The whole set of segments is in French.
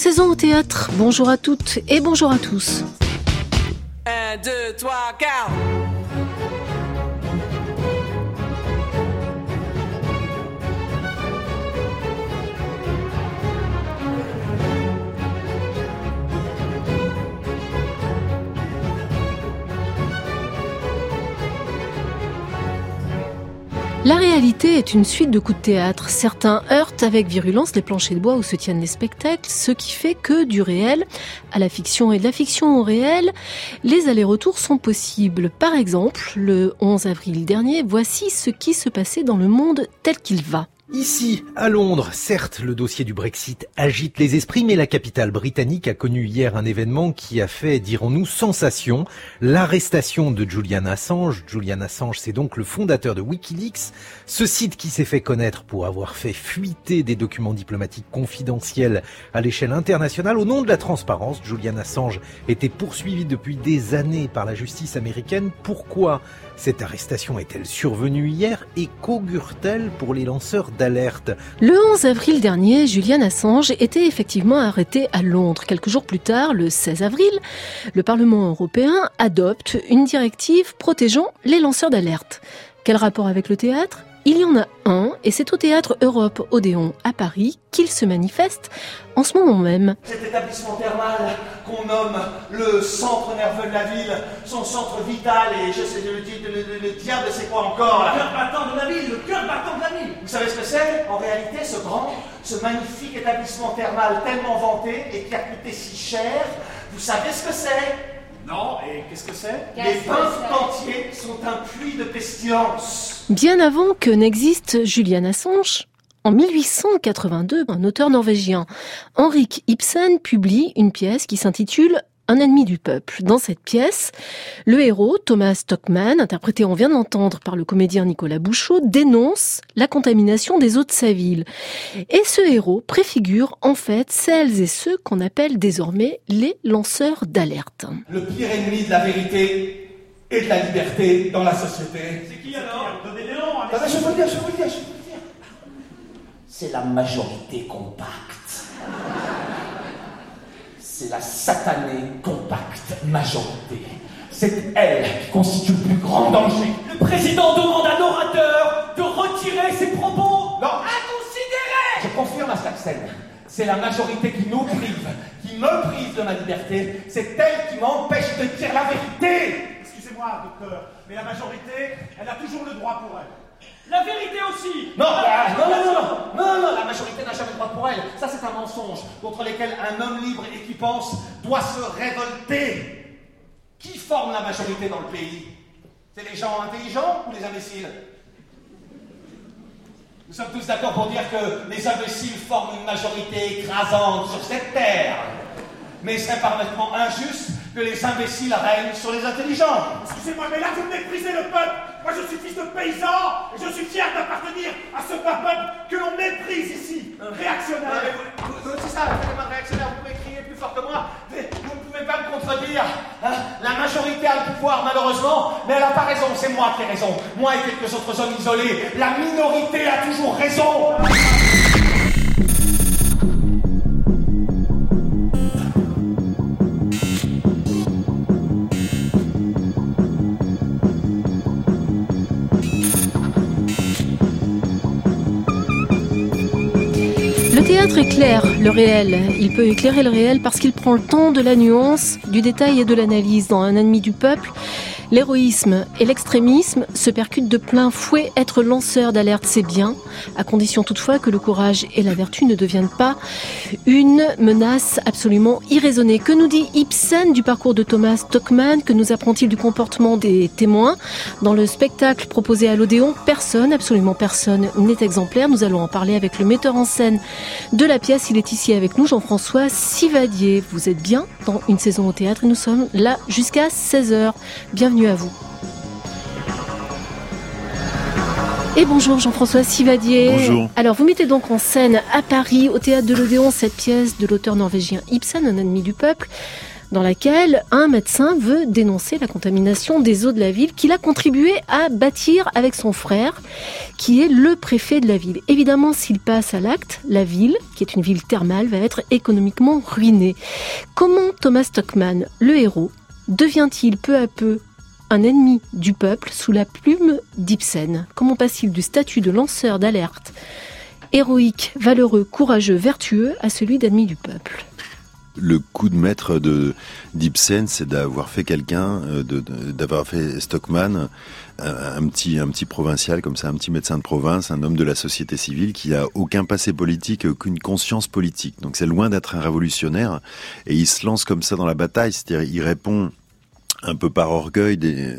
saison au théâtre. Bonjour à toutes et bonjour à tous. 1, 2, 3, 4. La réalité est une suite de coups de théâtre. Certains heurtent avec virulence les planchers de bois où se tiennent les spectacles, ce qui fait que du réel à la fiction et de la fiction au réel, les allers-retours sont possibles. Par exemple, le 11 avril dernier, voici ce qui se passait dans le monde tel qu'il va. Ici, à Londres, certes, le dossier du Brexit agite les esprits, mais la capitale britannique a connu hier un événement qui a fait, dirons-nous, sensation. L'arrestation de Julian Assange. Julian Assange, c'est donc le fondateur de Wikileaks, ce site qui s'est fait connaître pour avoir fait fuiter des documents diplomatiques confidentiels à l'échelle internationale. Au nom de la transparence, Julian Assange était poursuivi depuis des années par la justice américaine. Pourquoi cette arrestation est-elle survenue hier et qu'augure-t-elle pour les lanceurs d'alerte? Le 11 avril dernier, Julian Assange était effectivement arrêté à Londres. Quelques jours plus tard, le 16 avril, le Parlement européen adopte une directive protégeant les lanceurs d'alerte. Quel rapport avec le théâtre ? Il y en a un, et c'est au Théâtre Europe Odéon à Paris qu'il se manifeste en ce moment même. Cet établissement thermal qu'on nomme le centre nerveux de la ville, son centre vital, et je sais, le diable c'est quoi encore là ? Le cœur battant de la ville, le cœur battant de la ville. Vous savez ce que c'est ? En réalité, ce magnifique établissement thermal tellement vanté et qui a coûté si cher, vous savez ce que c'est ? Non, et qu'est-ce que c'est ? Les bains entiers sont un puits de pestilence. Bien avant que n'existe Julian Assange, en 1882, un auteur norvégien, Henrik Ibsen, publie une pièce qui s'intitule Un ennemi du peuple. Dans cette pièce, le héros, Thomas Stockmann, interprété, on vient de l'entendre, par le comédien Nicolas Bouchaud, dénonce la contamination des eaux de sa ville. Et ce héros préfigure en fait celles et ceux qu'on appelle désormais les lanceurs d'alerte. Le pire ennemi de la vérité et de la liberté dans la société. C'est qui alors ? Donnez-les noms. Je peux le dire. C'est la majorité compacte. C'est la satanée compacte majorité. C'est elle qui constitue le plus grand danger. Le président demande à l'orateur de retirer ses propos. Non, inconsidérés. Je confirme à Saxen. C'est la majorité qui nous prive, qui me prive de ma liberté. C'est elle qui m'empêche de dire la vérité. Excusez-moi, docteur, mais la majorité, elle a toujours le droit pour elle. La vérité aussi. Non, la majorité n'a jamais le droit pour elle. Ça, c'est un mensonge contre lequel un homme libre et qui pense doit se révolter. Qui forme la majorité dans le pays ? C'est les gens intelligents ou les imbéciles ? Nous sommes tous d'accord pour dire que les imbéciles forment une majorité écrasante sur cette terre. Mais c'est parfaitement injuste que les imbéciles règnent sur les intelligents. Excusez-moi, mais là vous méprisez le peuple. Moi je suis fils de paysan et je suis fier d'appartenir à ce peuple que l'on méprise ici. Un réactionnaire. C'est ça, un réactionnaire, vous pouvez crier plus fort que moi, mais vous ne pouvez pas me contredire. La majorité a le pouvoir malheureusement, mais elle n'a pas raison, c'est moi qui ai raison. Moi et quelques autres hommes isolés. La minorité a toujours raison. Le théâtre éclaire le réel. Il peut éclairer le réel parce qu'il prend le temps de la nuance, du détail et de l'analyse. Dans Un ennemi du peuple, l'héroïsme et l'extrémisme se percutent de plein fouet. Être lanceur d'alerte, c'est bien, à condition toutefois que le courage et la vertu ne deviennent pas une menace absolument irraisonnée. Que nous dit Ibsen du parcours de Thomas Stockmann? Que nous apprend-il du comportement des témoins? Dans le spectacle proposé à l'Odéon, personne, absolument personne, n'est exemplaire. Nous allons en parler avec le metteur en scène de la pièce. Il est ici avec nous, Jean-François Sivadier. Vous êtes bien dans Une saison au théâtre et nous sommes là jusqu'à 16h. Bienvenue à vous. Et bonjour Jean-François Sivadier. Bonjour. Alors vous mettez donc en scène à Paris, au théâtre de l'Odéon, cette pièce de l'auteur norvégien Ibsen, Un ennemi du peuple. dans laquelle un médecin veut dénoncer la contamination des eaux de la ville qu'il a contribué à bâtir avec son frère, qui est le préfet de la ville. Évidemment, s'il passe à l'acte, la ville, qui est une ville thermale, va être économiquement ruinée. Comment Thomas Stockmann, le héros, devient-il peu à peu un ennemi du peuple sous la plume d'Ibsen? Comment passe-t-il du statut de lanceur d'alerte héroïque, valeureux, courageux, vertueux à celui d'ennemi du peuple? Le coup de maître d'Ibsen, c'est d'avoir fait d'avoir fait Stockmann, un petit provincial comme ça, un petit médecin de province, un homme de la société civile qui a aucun passé politique, aucune conscience politique. Donc c'est loin d'être un révolutionnaire, et il se lance comme ça dans la bataille, c'est-à-dire il répond un peu par orgueil,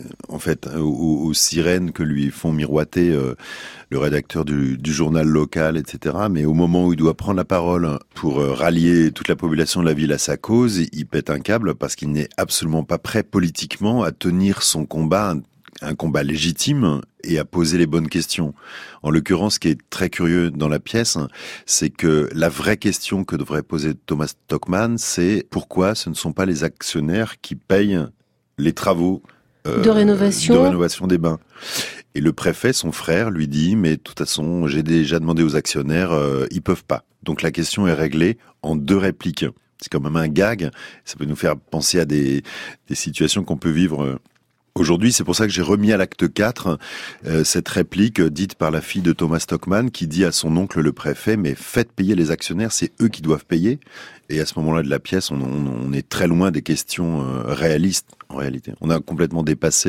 aux sirènes que lui font miroiter le rédacteur du journal local, etc. Mais au moment où il doit prendre la parole pour rallier toute la population de la ville à sa cause, il pète un câble parce qu'il n'est absolument pas prêt politiquement à tenir son combat, un combat légitime, et à poser les bonnes questions. En l'occurrence, ce qui est très curieux dans la pièce, c'est que la vraie question que devrait poser Thomas Stockmann, c'est pourquoi ce ne sont pas les actionnaires qui payent les travaux de rénovation des bains. Et le préfet, son frère, lui dit « Mais de toute façon, j'ai déjà demandé aux actionnaires, ils peuvent pas. » Donc la question est réglée en 2 répliques. C'est quand même un gag. Ça peut nous faire penser à des situations qu'on peut vivre aujourd'hui. C'est pour ça que j'ai remis à l'acte 4 cette réplique dite par la fille de Thomas Stockmann qui dit à son oncle le préfet « Mais faites payer les actionnaires, c'est eux qui doivent payer. » Et à ce moment-là de la pièce, on est très loin des questions réalistes, en réalité. On a complètement dépassé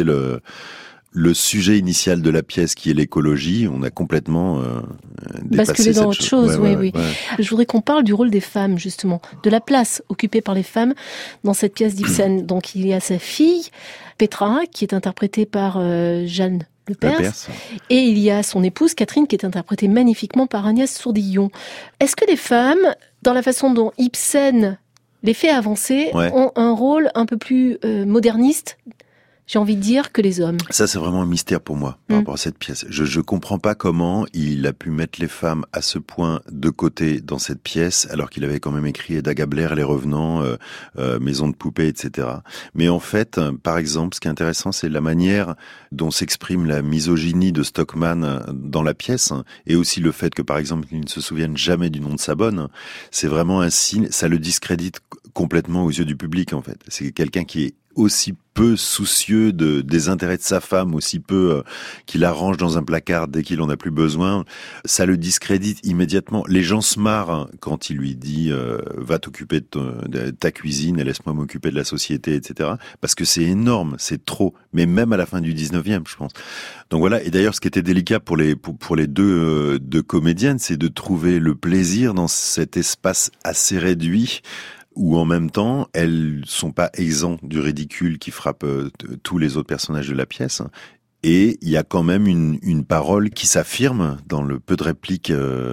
le sujet initial de la pièce, qui est l'écologie. On a complètement dépassé basculé dans autre chose, oui. Ouais. Je voudrais qu'on parle du rôle des femmes, justement, de la place occupée par les femmes dans cette pièce d'Ibsen. Donc il y a sa fille, Petra, qui est interprétée par Jeanne Lepers, et il y a son épouse Catherine qui est interprétée magnifiquement par Agnès Sourdillon. Est-ce que les femmes, dans la façon dont Ibsen les fait avancer, ont un rôle un peu plus moderniste, j'ai envie de dire, que les hommes? Ça, c'est vraiment un mystère pour moi, par rapport à cette pièce. Je comprends pas comment il a pu mettre les femmes à ce point de côté dans cette pièce, alors qu'il avait quand même écrit Edda Gabler, Les Revenants, Maison de poupée, etc. Mais en fait, par exemple, ce qui est intéressant, c'est la manière dont s'exprime la misogynie de Stockmann dans la pièce, et aussi le fait que, par exemple, il ne se souvienne jamais du nom de sa bonne. C'est vraiment un signe, ça le discrédite complètement aux yeux du public, en fait. C'est quelqu'un qui est aussi peu soucieux des intérêts de sa femme, aussi peu qu'il arrange dans un placard dès qu'il en a plus besoin, ça le discrédite immédiatement. Les gens se marrent quand il lui dit va t'occuper de ta cuisine et laisse-moi m'occuper de la société, etc. Parce que c'est énorme, c'est trop. Mais même à la fin du 19e, je pense. Donc voilà. Et d'ailleurs, ce qui était délicat pour les deux comédiennes, c'est de trouver le plaisir dans cet espace assez réduit, où en même temps, elles sont pas exemptes du ridicule qui frappe tous les autres personnages de la pièce. Et il y a quand même une parole qui s'affirme dans le peu de répliques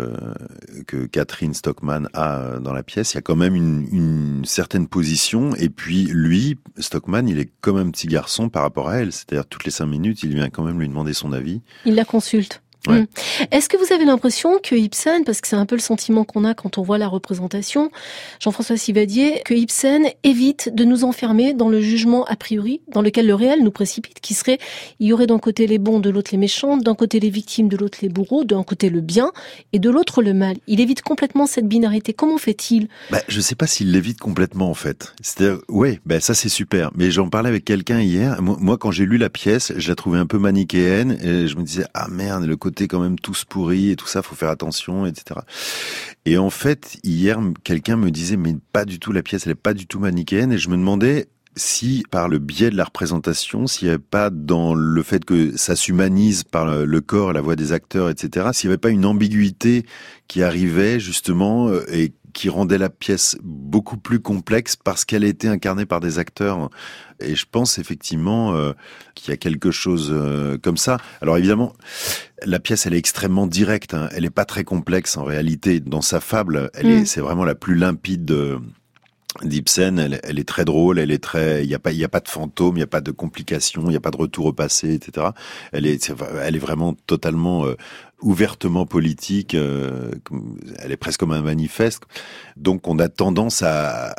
que Catherine Stockmann a dans la pièce. Il y a quand même une certaine position. Et puis lui, Stockmann, il est comme un petit garçon par rapport à elle. C'est-à-dire toutes les 5 minutes, il vient quand même lui demander son avis. Il la consulte. Ouais. Est-ce que vous avez l'impression que Ibsen, parce que c'est un peu le sentiment qu'on a quand on voit la représentation, Jean-François Sivadier, que Ibsen évite de nous enfermer dans le jugement a priori, dans lequel le réel nous précipite, qui serait, il y aurait d'un côté les bons, de l'autre les méchants, d'un côté les victimes, de l'autre les bourreaux, d'un côté le bien, et de l'autre le mal. Il évite complètement cette binarité. Comment fait-il? Je sais pas s'il l'évite complètement, en fait. C'est-à-dire, ça c'est super. Mais j'en parlais avec quelqu'un hier. Moi, quand j'ai lu la pièce, je la trouvais un peu manichéenne, et je me disais, ah merde, le côté quand même tous pourris et tout ça, faut faire attention, etc. Et en fait, hier, quelqu'un me disait, mais pas du tout, la pièce, elle est pas du tout manichéenne, et je me demandais si, par le biais de la représentation, s'il n'y avait pas, dans le fait que ça s'humanise par le corps, la voix des acteurs, etc., s'il n'y avait pas une ambiguïté qui arrivait, justement, et qui rendait la pièce beaucoup plus complexe parce qu'elle était incarnée par des acteurs. Et je pense effectivement qu'il y a quelque chose comme ça. Alors évidemment, la pièce, elle est extrêmement directe, hein. Elle est pas très complexe en réalité. Dans sa fable, c'est vraiment la plus limpide d'Ibsen. Elle est très drôle, il y a pas de fantôme, il y a pas de complications, il y a pas de retour au passé, etc. Elle est vraiment totalement ouvertement politique. Elle est presque comme un manifeste. Donc on a tendance à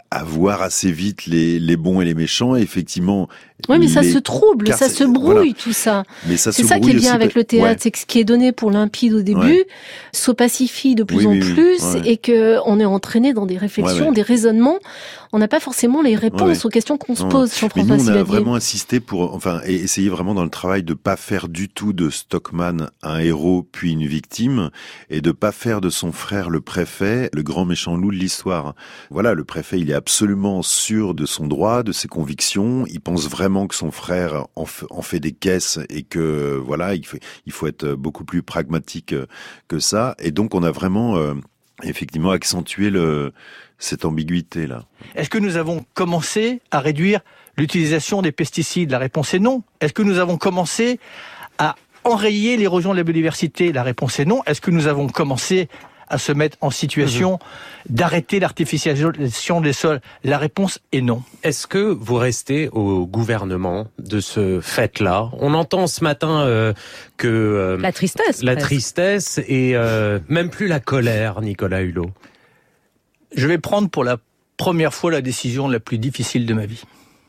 à voir assez vite les bons et les méchants. Et effectivement, oui, mais ça se trouble, ça se brouille, voilà. Tout ça. Mais ça c'est ça qui est bien avec le théâtre, c'est que ce qui est donné pour limpide au début s'opacifie de plus en plus, et que on est entraîné dans des réflexions, des raisonnements. On n'a pas forcément les réponses aux questions qu'on se pose. Mais nous, on a vraiment insisté pour, et essayer vraiment dans le travail de pas faire du tout de Stockman un héros puis une victime, et de pas faire de son frère le préfet le grand méchant loup de l'histoire. Voilà, le préfet, il est absolument sûr de son droit, de ses convictions. Il pense vraiment que son frère en fait des caisses et que voilà, il faut être beaucoup plus pragmatique que ça. Et donc, on a vraiment effectivement accentué cette ambiguïté-là. Est-ce que nous avons commencé à réduire l'utilisation des pesticides? La réponse est non. Est-ce que nous avons commencé à enrayer l'érosion de la biodiversité? La réponse est non. Est-ce que nous avons commencé à se mettre en situation d'arrêter l'artificialisation des sols? La réponse est non. Est-ce que vous restez au gouvernement de ce fait-là? On entend ce matin que... la tristesse et même plus la colère, Nicolas Hulot. Je vais prendre pour la première fois la décision la plus difficile de ma vie.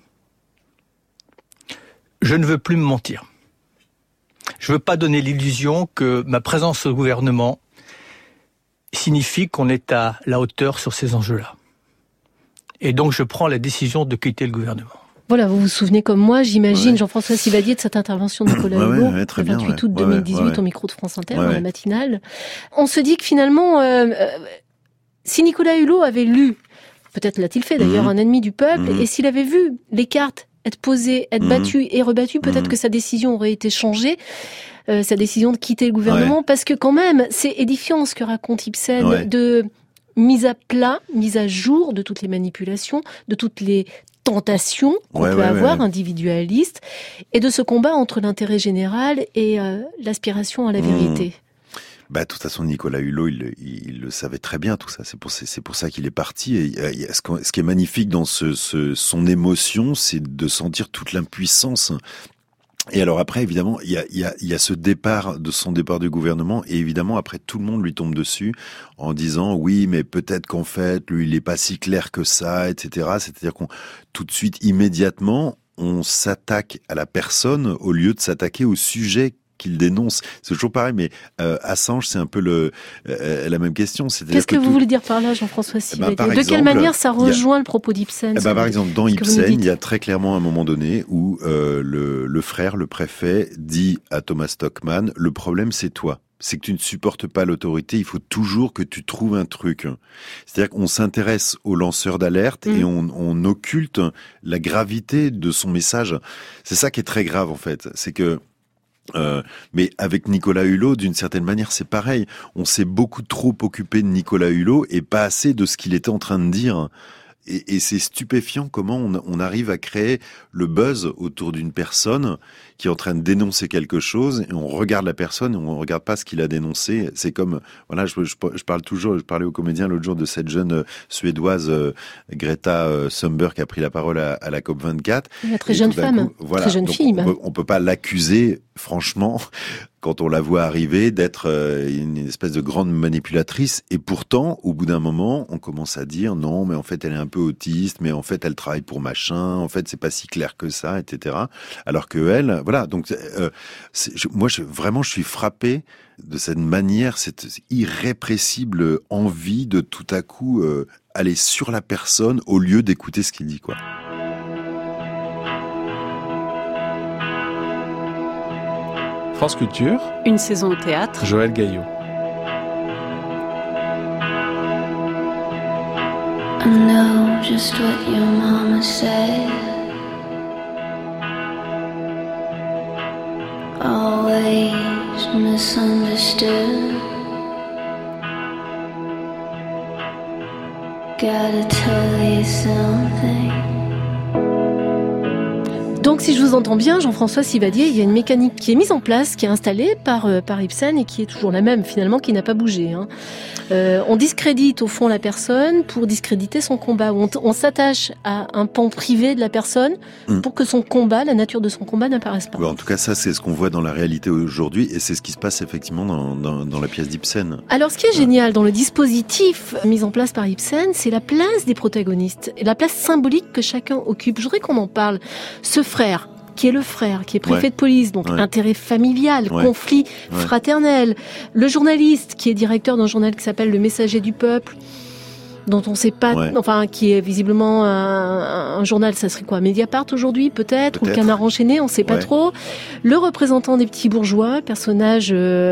Je ne veux plus me mentir. Je ne veux pas donner l'illusion que ma présence au gouvernement signifie qu'on est à la hauteur sur ces enjeux-là. Et donc je prends la décision de quitter le gouvernement. Voilà, vous vous souvenez comme moi, j'imagine, Jean-François Sivadier, de cette intervention de Nicolas Hulot, le 28 août 2018 au micro de France Inter, dans la matinale. On se dit que finalement, si Nicolas Hulot avait lu, peut-être l'a-t-il fait d'ailleurs, Un ennemi du peuple, et s'il avait vu les cartes être posées, être battues et rebattues, peut-être que sa décision aurait été changée. Sa décision de quitter le gouvernement, parce que quand même, c'est édifiant ce que raconte Ibsen, de mise à plat, mise à jour de toutes les manipulations, de toutes les tentations qu'on peut avoir, individualistes, et de ce combat entre l'intérêt général et l'aspiration à la vérité. De toute façon, Nicolas Hulot, il le savait très bien, tout ça. C'est pour ça qu'il est parti. Et ce qui est magnifique dans son émotion, c'est de sentir toute l'impuissance. Et alors après, évidemment, il y a ce départ de son départ du gouvernement, et évidemment après tout le monde lui tombe dessus en disant oui, mais peut-être qu'en fait lui il est pas si clair que ça, etc. C'est-à-dire qu'on tout de suite, immédiatement, on s'attaque à la personne au lieu de s'attaquer au sujet qu'il dénonce. C'est toujours pareil, mais Assange, c'est un peu la même question. Qu'est-ce que vous voulez dire par là, Jean-François Sivadier? De quelle manière ça rejoint le propos d'Ibsen? Par exemple, dans Ibsen, il y a très clairement un moment donné où le frère, le préfet, dit à Thomas Stockman, le problème c'est toi. C'est que tu ne supportes pas l'autorité, il faut toujours que tu trouves un truc. C'est-à-dire qu'on s'intéresse au lanceur d'alerte et on occulte la gravité de son message. C'est ça qui est très grave en fait. C'est que mais avec Nicolas Hulot, d'une certaine manière, c'est pareil. On s'est beaucoup trop occupé de Nicolas Hulot et pas assez de ce qu'il était en train de dire. Et c'est stupéfiant comment on arrive à créer le buzz autour d'une personne qui est en train de dénoncer quelque chose, et on regarde la personne et on ne regarde pas ce qu'il a dénoncé. C'est comme, voilà, je parlais aux comédiens l'autre jour de cette jeune Suédoise, Greta Thunberg, qui a pris la parole à la COP24. Une très jeune femme, très jeune fille. On peut pas l'accuser, franchement, quand on la voit arriver, d'être une espèce de grande manipulatrice. Et pourtant, au bout d'un moment, on commence à dire non, mais en fait, elle est un peu autiste, mais en fait, elle travaille pour machin, en fait, c'est pas si clair que ça, etc. Alors que elle, voilà. Donc, moi, je suis frappé de cette manière, cette irrépressible envie de tout à coup aller sur la personne au lieu d'écouter ce qu'il dit, quoi. France Culture. Une saison de théâtre. Joël Gaillot. I know just what your mama said. Always misunderstood. Gotta tell you something. Donc si je vous entends bien, Jean-François Sivadier, il y a une mécanique qui est mise en place, qui est installée par Ibsen et qui est toujours la même finalement, qui n'a pas bougé. On discrédite au fond la personne pour discréditer son combat. On s'attache à un pan privé de la personne pour que son combat, la nature de son combat n'apparaisse pas. Ouais, en tout cas, ça c'est ce qu'on voit dans la réalité aujourd'hui et c'est ce qui se passe effectivement dans la pièce d'Ibsen. Alors ce qui est génial dans le dispositif mis en place par Ibsen, c'est la place des protagonistes, et la place symbolique que chacun occupe. Je voudrais qu'on en parle. Ce frère, qui est le frère, qui est préfet de police, donc intérêt familial, conflit fraternel. Le journaliste, qui est directeur d'un journal qui s'appelle Le Messager du Peuple, dont on ne sait pas, enfin, qui est visiblement un journal, ça serait quoi, Mediapart aujourd'hui, peut-être, ou le Canard enchaîné, on ne sait pas trop. Le représentant des petits bourgeois, personnage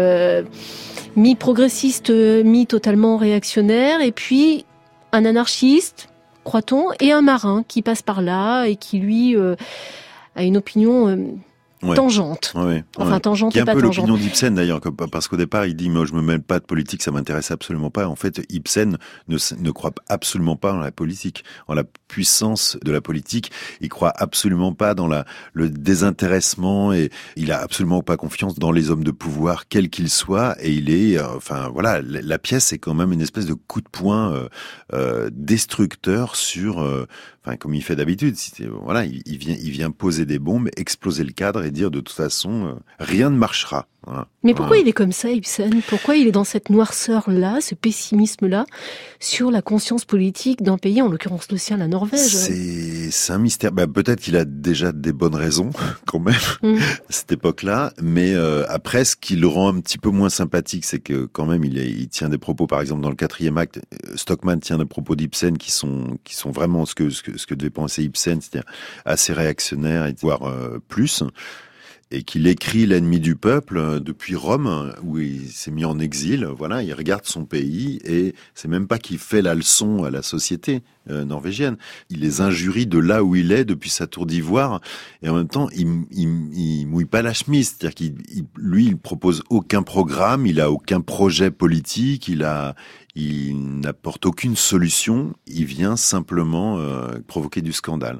mi-progressiste, mi-totalement réactionnaire, et puis un anarchiste, croit-on, et un marin qui passe par là et qui, lui, a une opinion tangente. Tangente qui est et pas un peu tangente. l'opinion d'Ibsen d'ailleurs, parce qu'au départ il dit moi je me mêle pas de politique, ça m'intéresse absolument pas. En fait, Ibsen ne croit absolument pas en la politique, en la puissance de la politique. Il croit absolument pas dans le désintéressement et il a absolument pas confiance dans les hommes de pouvoir, quels qu'ils soient. Et il est, la pièce est quand même une espèce de coup de poing destructeur sur. Comme il fait d'habitude, il vient poser des bombes, exploser le cadre et dire de toute façon, rien ne marchera. Voilà. Mais pourquoi il est comme ça, Ibsen ? Pourquoi il est dans cette noirceur-là, ce pessimisme-là, sur la conscience politique d'un pays, en l'occurrence le sien, la Norvège ? C'est un mystère. Peut-être qu'il a déjà des bonnes raisons, quand même, à cette époque-là. Mais après, ce qui le rend un petit peu moins sympathique, c'est que quand même, il tient des propos, par exemple, dans le 4e acte, Stockmann tient des propos d'Ibsen qui sont vraiment ce que devait penser Ibsen, c'est-à-dire assez réactionnaire, voire plus. Et qu'il écrit L'ennemi du peuple depuis Rome, où il s'est mis en exil. Voilà, il regarde son pays et c'est même pas qu'il fait la leçon à la société norvégienne. Il les injurie de là où il est depuis sa tour d'ivoire et en même temps il mouille pas la chemise. C'est-à-dire il propose aucun programme, il a aucun projet politique, il n'apporte aucune solution. Il vient simplement provoquer du scandale.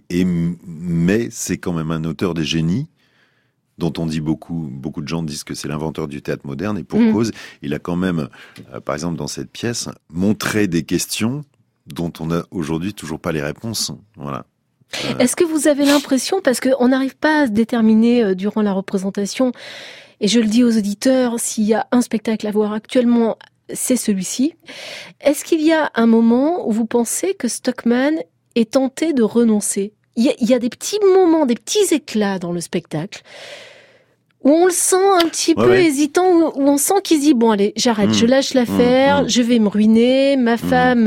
Mais c'est quand même un auteur des génies, dont on dit beaucoup de gens disent que c'est l'inventeur du théâtre moderne, et pour cause, il a quand même, par exemple dans cette pièce, montré des questions dont on n'a aujourd'hui toujours pas les réponses. Voilà. Est-ce que vous avez l'impression, parce qu'on n'arrive pas à se déterminer durant la représentation, et je le dis aux auditeurs, s'il y a un spectacle à voir actuellement, c'est celui-ci, est-ce qu'il y a un moment où vous pensez que Stockmann est tenté de renoncer ? Il y a des petits moments, des petits éclats dans le spectacle où on le sent un petit peu hésitant, où on sent qu'il se dit bon allez, j'arrête, je lâche l'affaire, je vais me ruiner, ma femme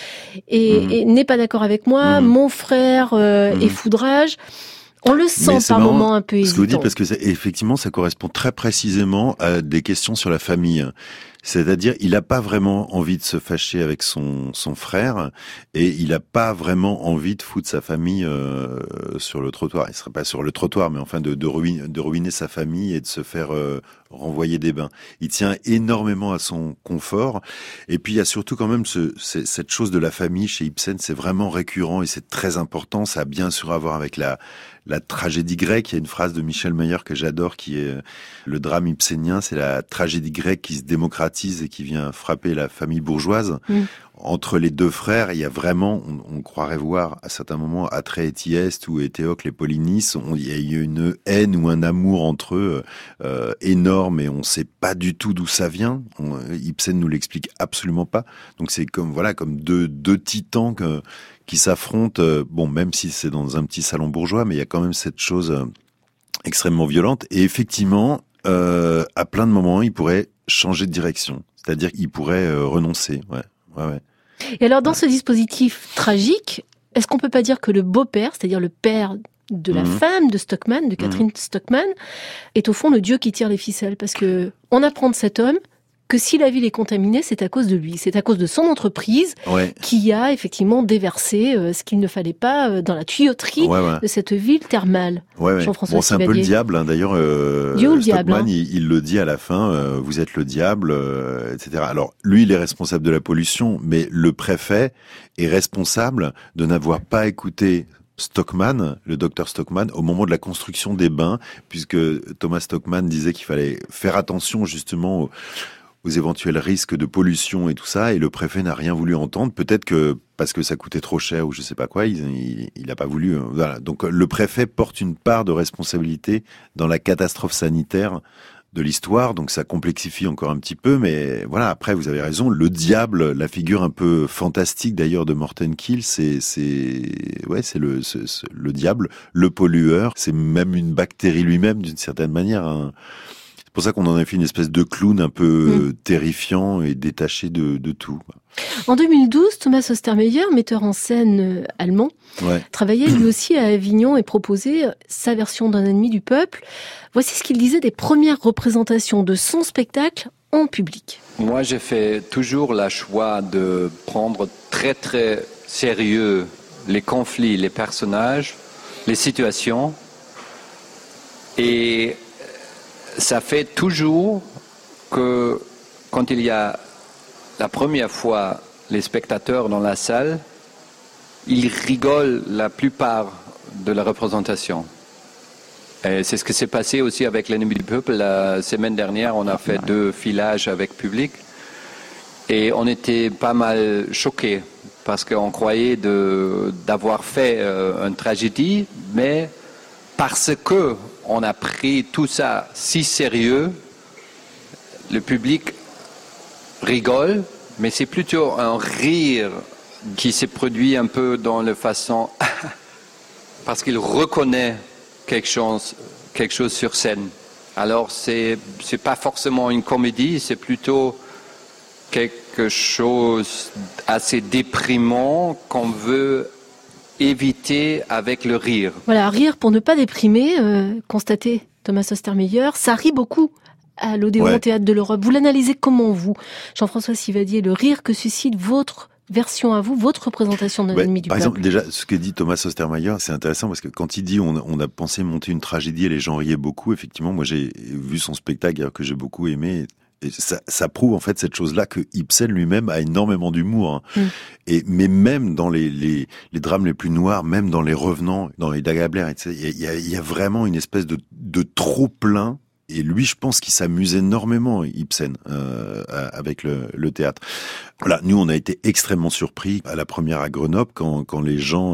n'est pas d'accord avec moi, mon frère est foudrage. On le sent par moments un peu hésitant. Ce que vous dites, parce que effectivement, ça correspond très précisément à des questions sur la famille. C'est-à-dire, il n'a pas vraiment envie de se fâcher avec son frère et il n'a pas vraiment envie de foutre sa famille sur le trottoir. Il ne serait pas sur le trottoir, mais enfin de ruiner sa famille et de se faire renvoyer des bains. Il tient énormément à son confort. Et puis, il y a surtout quand même cette chose de la famille chez Ibsen. C'est vraiment récurrent et c'est très important. Ça a bien sûr à voir avec la tragédie grecque. Il y a une phrase de Michel Mayer que j'adore qui est le drame ibsénien. C'est la tragédie grecque qui se démocratise et qui vient frapper la famille bourgeoise. Entre les deux frères, il y a vraiment, on croirait voir à certains moments Atrée et Thyeste ou Étéocle et Polynice. Il y a une haine ou un amour entre eux énorme et on ne sait pas du tout d'où ça vient. Ibsen nous l'explique absolument pas. Donc c'est comme deux titans qui s'affrontent. Même si c'est dans un petit salon bourgeois, mais il y a quand même cette chose extrêmement violente. Et effectivement, à plein de moments, il pourrait changer de direction. C'est-à-dire qu'il pourrait renoncer. Ouais. Et alors, dans ce dispositif tragique, est-ce qu'on peut pas dire que le beau-père, c'est-à-dire le père de la femme de Stockmann, de Catherine Stockmann, est au fond le dieu qui tire les ficelles ? Parce que on apprend de cet homme que si la ville est contaminée, c'est à cause de lui. C'est à cause de son entreprise qui a effectivement déversé ce qu'il ne fallait pas dans la tuyauterie de cette ville thermale. Jean-François c'est un peu le diable, hein. D'ailleurs, Stockmann, il le dit à la fin, vous êtes le diable, etc. Alors, lui, il est responsable de la pollution, mais le préfet est responsable de n'avoir pas écouté Stockmann, le docteur Stockmann, au moment de la construction des bains, puisque Thomas Stockmann disait qu'il fallait faire attention justement aux éventuels risques de pollution et tout ça, et le préfet n'a rien voulu entendre. Peut-être que parce que ça coûtait trop cher ou je sais pas quoi, il a pas voulu. Voilà. Donc le préfet porte une part de responsabilité dans la catastrophe sanitaire de l'histoire, donc ça complexifie encore un petit peu, mais voilà, après vous avez raison, le diable, la figure un peu fantastique d'ailleurs de Morten Kiel, c'est le diable, le pollueur, c'est même une bactérie lui-même d'une certaine manière, hein. C'est pour ça qu'on en a fait une espèce de clown un peu terrifiant et détaché de tout. En 2012, Thomas Ostermeyer, metteur en scène allemand, travaillait lui aussi à Avignon et proposait sa version d'un ennemi du peuple. Voici ce qu'il disait des premières représentations de son spectacle en public. Moi, j'ai fait toujours le choix de prendre très très sérieux les conflits, les personnages, les situations, et ça fait toujours que quand il y a la première fois les spectateurs dans la salle, ils rigolent la plupart de la représentation. Et c'est ce qui s'est passé aussi avec l'ennemi du peuple. La semaine dernière, on a fait 2 filages avec public et on était pas mal choqués parce qu'on croyait d'avoir fait une tragédie, mais parce que on a pris tout ça si sérieux, le public rigole, mais c'est plutôt un rire qui s'est produit un peu dans la façon parce qu'il reconnaît quelque chose sur scène. Alors c'est pas forcément une comédie, c'est plutôt quelque chose assez déprimant qu'on veut éviter avec le rire. Voilà, rire pour ne pas déprimer, constatait Thomas Ostermeyer, ça rit beaucoup à l'Odéon Théâtre de l'Europe. Vous l'analysez comment, vous, Jean-François Sivadier, le rire que suscite votre version à vous, votre représentation d'un ennemi du peuple? Par exemple, déjà, ce que dit Thomas Ostermeyer, c'est intéressant parce que quand il dit on a pensé monter une tragédie et les gens riaient beaucoup, effectivement, moi j'ai vu son spectacle que j'ai beaucoup aimé. Et ça prouve en fait cette chose-là que Ibsen lui-même a énormément d'humour. Hein. Mais même dans les drames les plus noirs, même dans Les Revenants, dans les Dagabler, il y a vraiment une espèce de trop plein. Et lui, je pense qu'il s'amuse énormément, Ibsen, avec le théâtre. Voilà, nous, on a été extrêmement surpris à la première à Grenoble quand les gens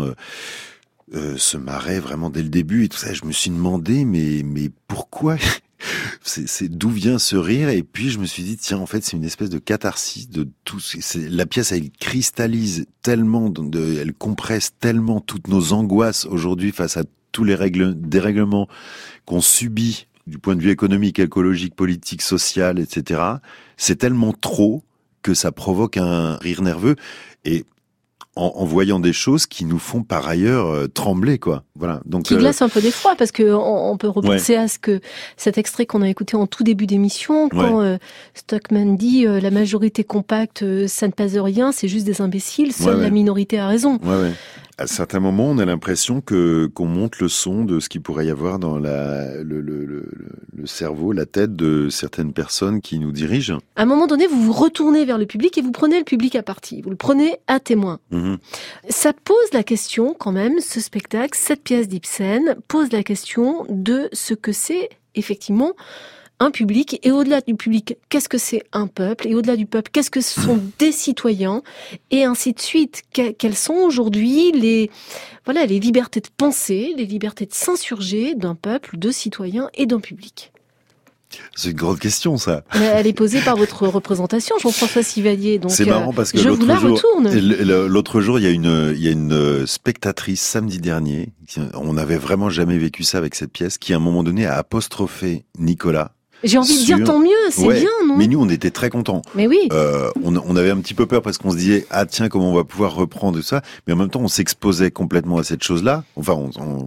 se marraient vraiment dès le début et tout ça. Je me suis demandé, mais pourquoi? C'est d'où vient ce rire? Et puis je me suis dit, tiens, en fait, c'est une espèce de catharsis de tout. La pièce, elle cristallise tellement, elle compresse tellement toutes nos angoisses aujourd'hui face à tous les dérèglements qu'on subit du point de vue économique, écologique, politique, social, etc. C'est tellement trop que ça provoque un rire nerveux. Et en voyant des choses qui nous font par ailleurs trembler, quoi. Voilà. Donc qui glace un peu d'effroi, parce que on peut repenser à cet extrait qu'on a écouté en tout début d'émission, quand Stockmann dit la majorité compacte, ça ne pèse rien, c'est juste des imbéciles, seule la minorité a raison. À certains moments, on a l'impression qu'on monte le son de ce qu'il pourrait y avoir dans le cerveau, la tête de certaines personnes qui nous dirigent. À un moment donné, vous vous retournez vers le public et vous prenez le public à partie. Vous le prenez à témoin. Ça pose la question, quand même, ce spectacle, cette pièce d'Ibsen, pose la question de ce que c'est, effectivement, un public, et au-delà du public, qu'est-ce que c'est un peuple, et au-delà du peuple, qu'est-ce que ce sont des citoyens, et ainsi de suite. Quelles sont aujourd'hui les libertés de penser, les libertés de s'insurger d'un peuple, de citoyens et d'un public? C'est une grande question, ça. Elle est posée par votre représentation, Jean-François Sivadier. Donc, c'est marrant parce que l'autre jour, il y a une spectatrice samedi dernier. On n'avait vraiment jamais vécu ça avec cette pièce, qui à un moment donné a apostrophé Nicolas. J'ai envie de dire tant mieux, c'est bien, non? Mais nous, on était très contents. Mais oui. On avait un petit peu peur parce qu'on se disait, ah tiens, comment on va pouvoir reprendre ça. Mais en même temps, on s'exposait complètement à cette chose-là. Enfin,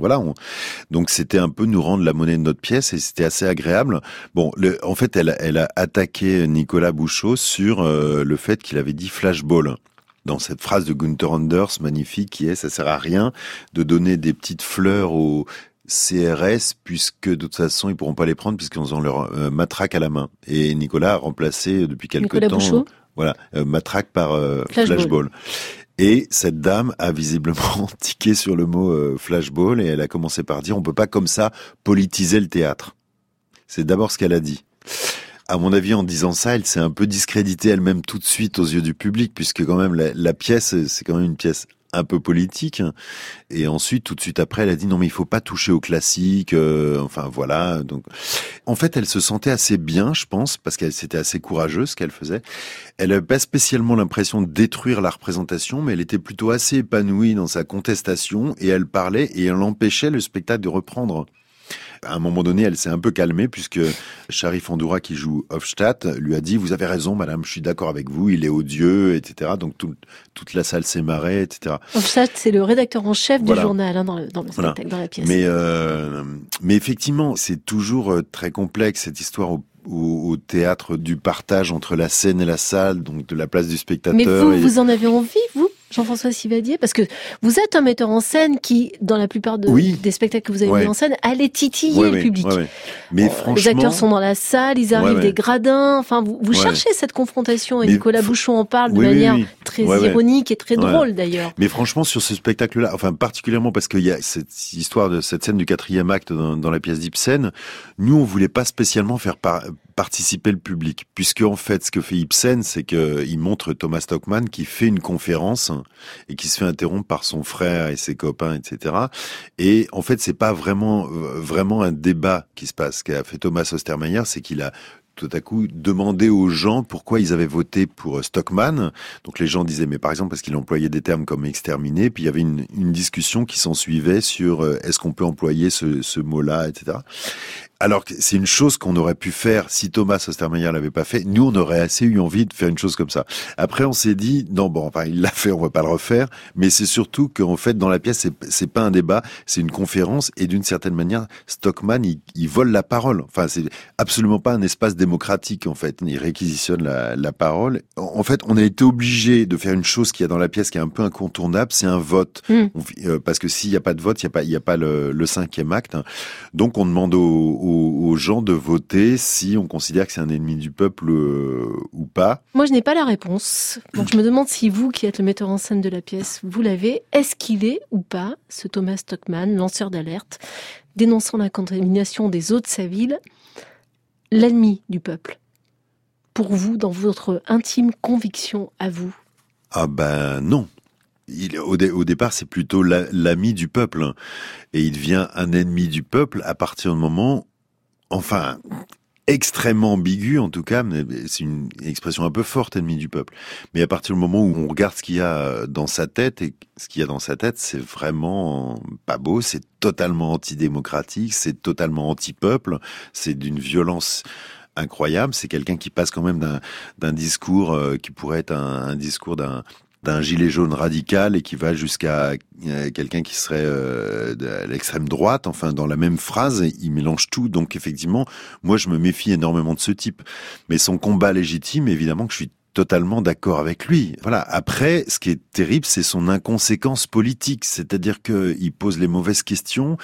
donc c'était un peu nous rendre la monnaie de notre pièce et c'était assez agréable. Bon, en fait, elle a attaqué Nicolas Bouchot sur le fait qu'il avait dit flashball. Dans cette phrase de Gunther Anders magnifique qui est, ça sert à rien de donner des petites fleurs aux CRS, puisque de toute façon ils pourront pas les prendre puisqu'ils ont leur matraque à la main. Et Nicolas a remplacé depuis quelque temps, matraque par flashball. Et cette dame a visiblement tiqué sur le mot flashball et elle a commencé par dire on peut pas comme ça politiser le théâtre. C'est d'abord ce qu'elle a dit. À mon avis, en disant ça, elle s'est un peu discréditée elle-même tout de suite aux yeux du public, puisque quand même la pièce, c'est quand même une pièce un peu politique. Et ensuite, tout de suite après, elle a dit non mais il faut pas toucher au classique. Enfin voilà. Donc, en fait, elle se sentait assez bien, je pense, parce qu'elle c'était assez courageuse ce qu'elle faisait. Elle n'avait pas spécialement l'impression de détruire la représentation, mais elle était plutôt assez épanouie dans sa contestation et elle parlait et elle empêchait le spectacle de reprendre. À un moment donné, elle s'est un peu calmée puisque Sharif Andoura, qui joue Hofstadt, lui a dit « Vous avez raison, madame, je suis d'accord avec vous, il est odieux, etc. » Donc toute la salle s'est marrée, etc. Hofstadt, c'est le rédacteur en chef du journal, dans le spectacle, dans la pièce. Mais effectivement, c'est toujours très complexe cette histoire au théâtre du partage entre la scène et la salle, donc de la place du spectateur. Mais vous en avez envie, vous, Jean-François Sivadier, parce que vous êtes un metteur en scène qui, dans la plupart des spectacles que vous avez mis en scène, allait titiller le public. Mais franchement, les acteurs sont dans la salle, ils arrivent des gradins. Enfin, vous cherchez cette confrontation. Et Nicolas Bouchon en parle de manière très ironique et très drôle d'ailleurs. Mais franchement, sur ce spectacle-là, enfin particulièrement parce qu'il y a cette histoire de cette scène du 4e acte dans la pièce d'Ibsen, nous on voulait pas spécialement faire participer le public, puisque en fait ce que fait Ibsen, c'est qu'il montre Thomas Stockmann qui fait une conférence et qui se fait interrompre par son frère et ses copains, etc. Et en fait c'est pas vraiment un débat qui se passe. Ce qu'a fait Thomas Ostermeyer, c'est qu'il a tout à coup demandé aux gens pourquoi ils avaient voté pour Stockmann. Donc les gens disaient, mais par exemple parce qu'il employait des termes comme exterminer, puis il y avait une discussion qui s'en suivait sur est-ce qu'on peut employer ce mot-là, etc. Alors que c'est une chose qu'on aurait pu faire si Thomas Ostermeyer l'avait pas fait. Nous, on aurait assez eu envie de faire une chose comme ça. Après, on s'est dit, non, bon, enfin, il l'a fait, on va pas le refaire. Mais c'est surtout qu'en fait, dans la pièce, c'est pas un débat, c'est une conférence. Et d'une certaine manière, Stockmann, il vole la parole. Enfin, c'est absolument pas un espace démocratique, en fait. Il réquisitionne la parole. En fait, on a été obligé de faire une chose qu'il y a dans la pièce qui est un peu incontournable, c'est un vote. Parce que s'il y a pas de vote, il y a pas le 5e acte. Donc, on demande aux gens de voter si on considère que c'est un ennemi du peuple ou pas. Moi, je n'ai pas la réponse. Donc, je me demande si vous, qui êtes le metteur en scène de la pièce, vous l'avez. Est-ce qu'il est ou pas, ce Thomas Stockmann, lanceur d'alerte, dénonçant la contamination des eaux de sa ville, l'ennemi du peuple? Pour vous, dans votre intime conviction à vous? Ah ben non. Au départ, c'est plutôt l'ami du peuple. Et il devient un ennemi du peuple à partir du moment, enfin, extrêmement ambigu en tout cas, mais c'est une expression un peu forte, ennemi du peuple. Mais à partir du moment où on regarde ce qu'il y a dans sa tête, et ce qu'il y a dans sa tête, c'est vraiment pas beau, c'est totalement antidémocratique, c'est totalement anti-peuple, c'est d'une violence incroyable. C'est quelqu'un qui passe quand même d'un discours qui pourrait être un discours d'un gilet jaune radical et qui va jusqu'à quelqu'un qui serait de l'extrême droite, enfin dans la même phrase, il mélange tout. Donc effectivement, moi je me méfie énormément de ce type. Mais son combat légitime, évidemment que je suis totalement d'accord avec lui. Voilà. Après, ce qui est terrible, c'est son inconséquence politique, c'est-à-dire qu'il pose les mauvaises questions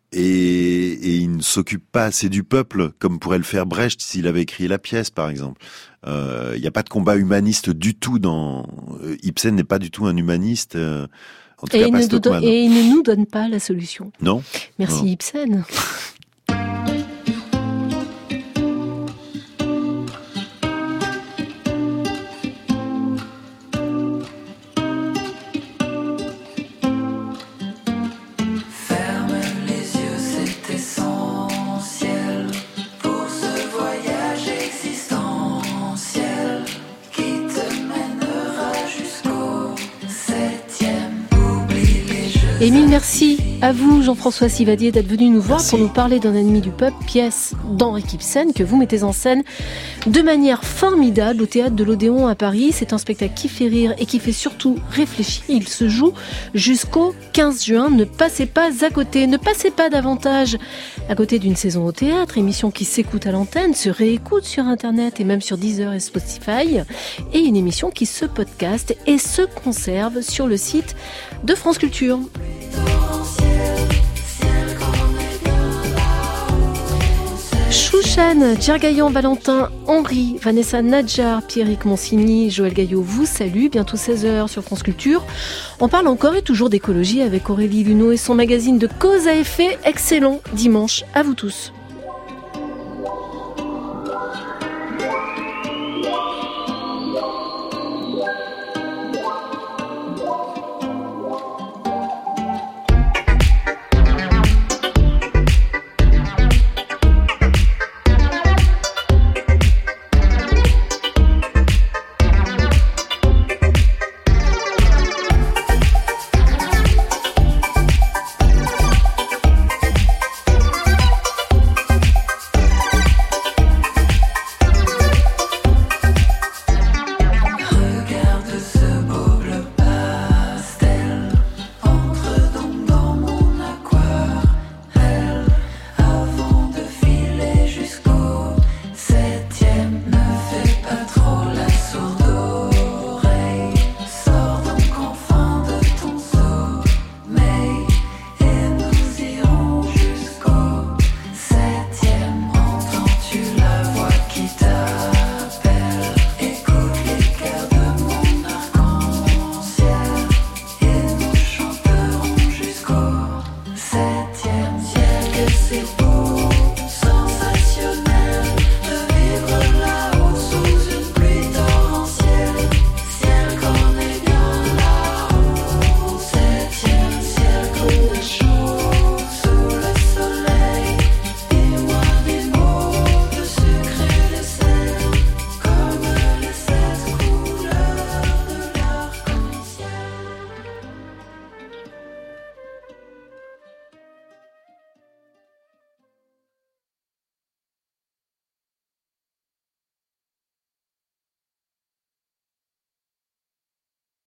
et il ne s'occupe pas assez du peuple, comme pourrait le faire Brecht s'il avait écrit la pièce, par exemple. Il n'y a pas de combat humaniste du tout dans... Ibsen n'est pas du tout un humaniste, en tout cas pas Stockmann. Et il ne nous donne pas la solution. Non. Merci non. Ibsen. Et mille merci à vous, Jean-François Sivadier, d'être venu nous voir pour nous parler d'un ennemi du peuple, pièce d'Henrik Ibsen que vous mettez en scène de manière formidable au Théâtre de l'Odéon à Paris. C'est un spectacle qui fait rire et qui fait surtout réfléchir. Il se joue jusqu'au 15 juin. Ne passez pas à côté, ne passez pas davantage à côté d'une saison au théâtre, émission qui s'écoute à l'antenne, se réécoute sur Internet et même sur Deezer et Spotify, et une émission qui se podcast et se conserve sur le site de France Culture. Choucha prochaine. Pierre Gaillan, Valentin, Henri, Vanessa Nadjar, Pierrick Monsigny, Joël Gaillot vous salue. Bientôt 16h sur France Culture. On parle encore et toujours d'écologie avec Aurélie Luneau et son magazine de cause à effet. Excellent dimanche à vous tous. C'est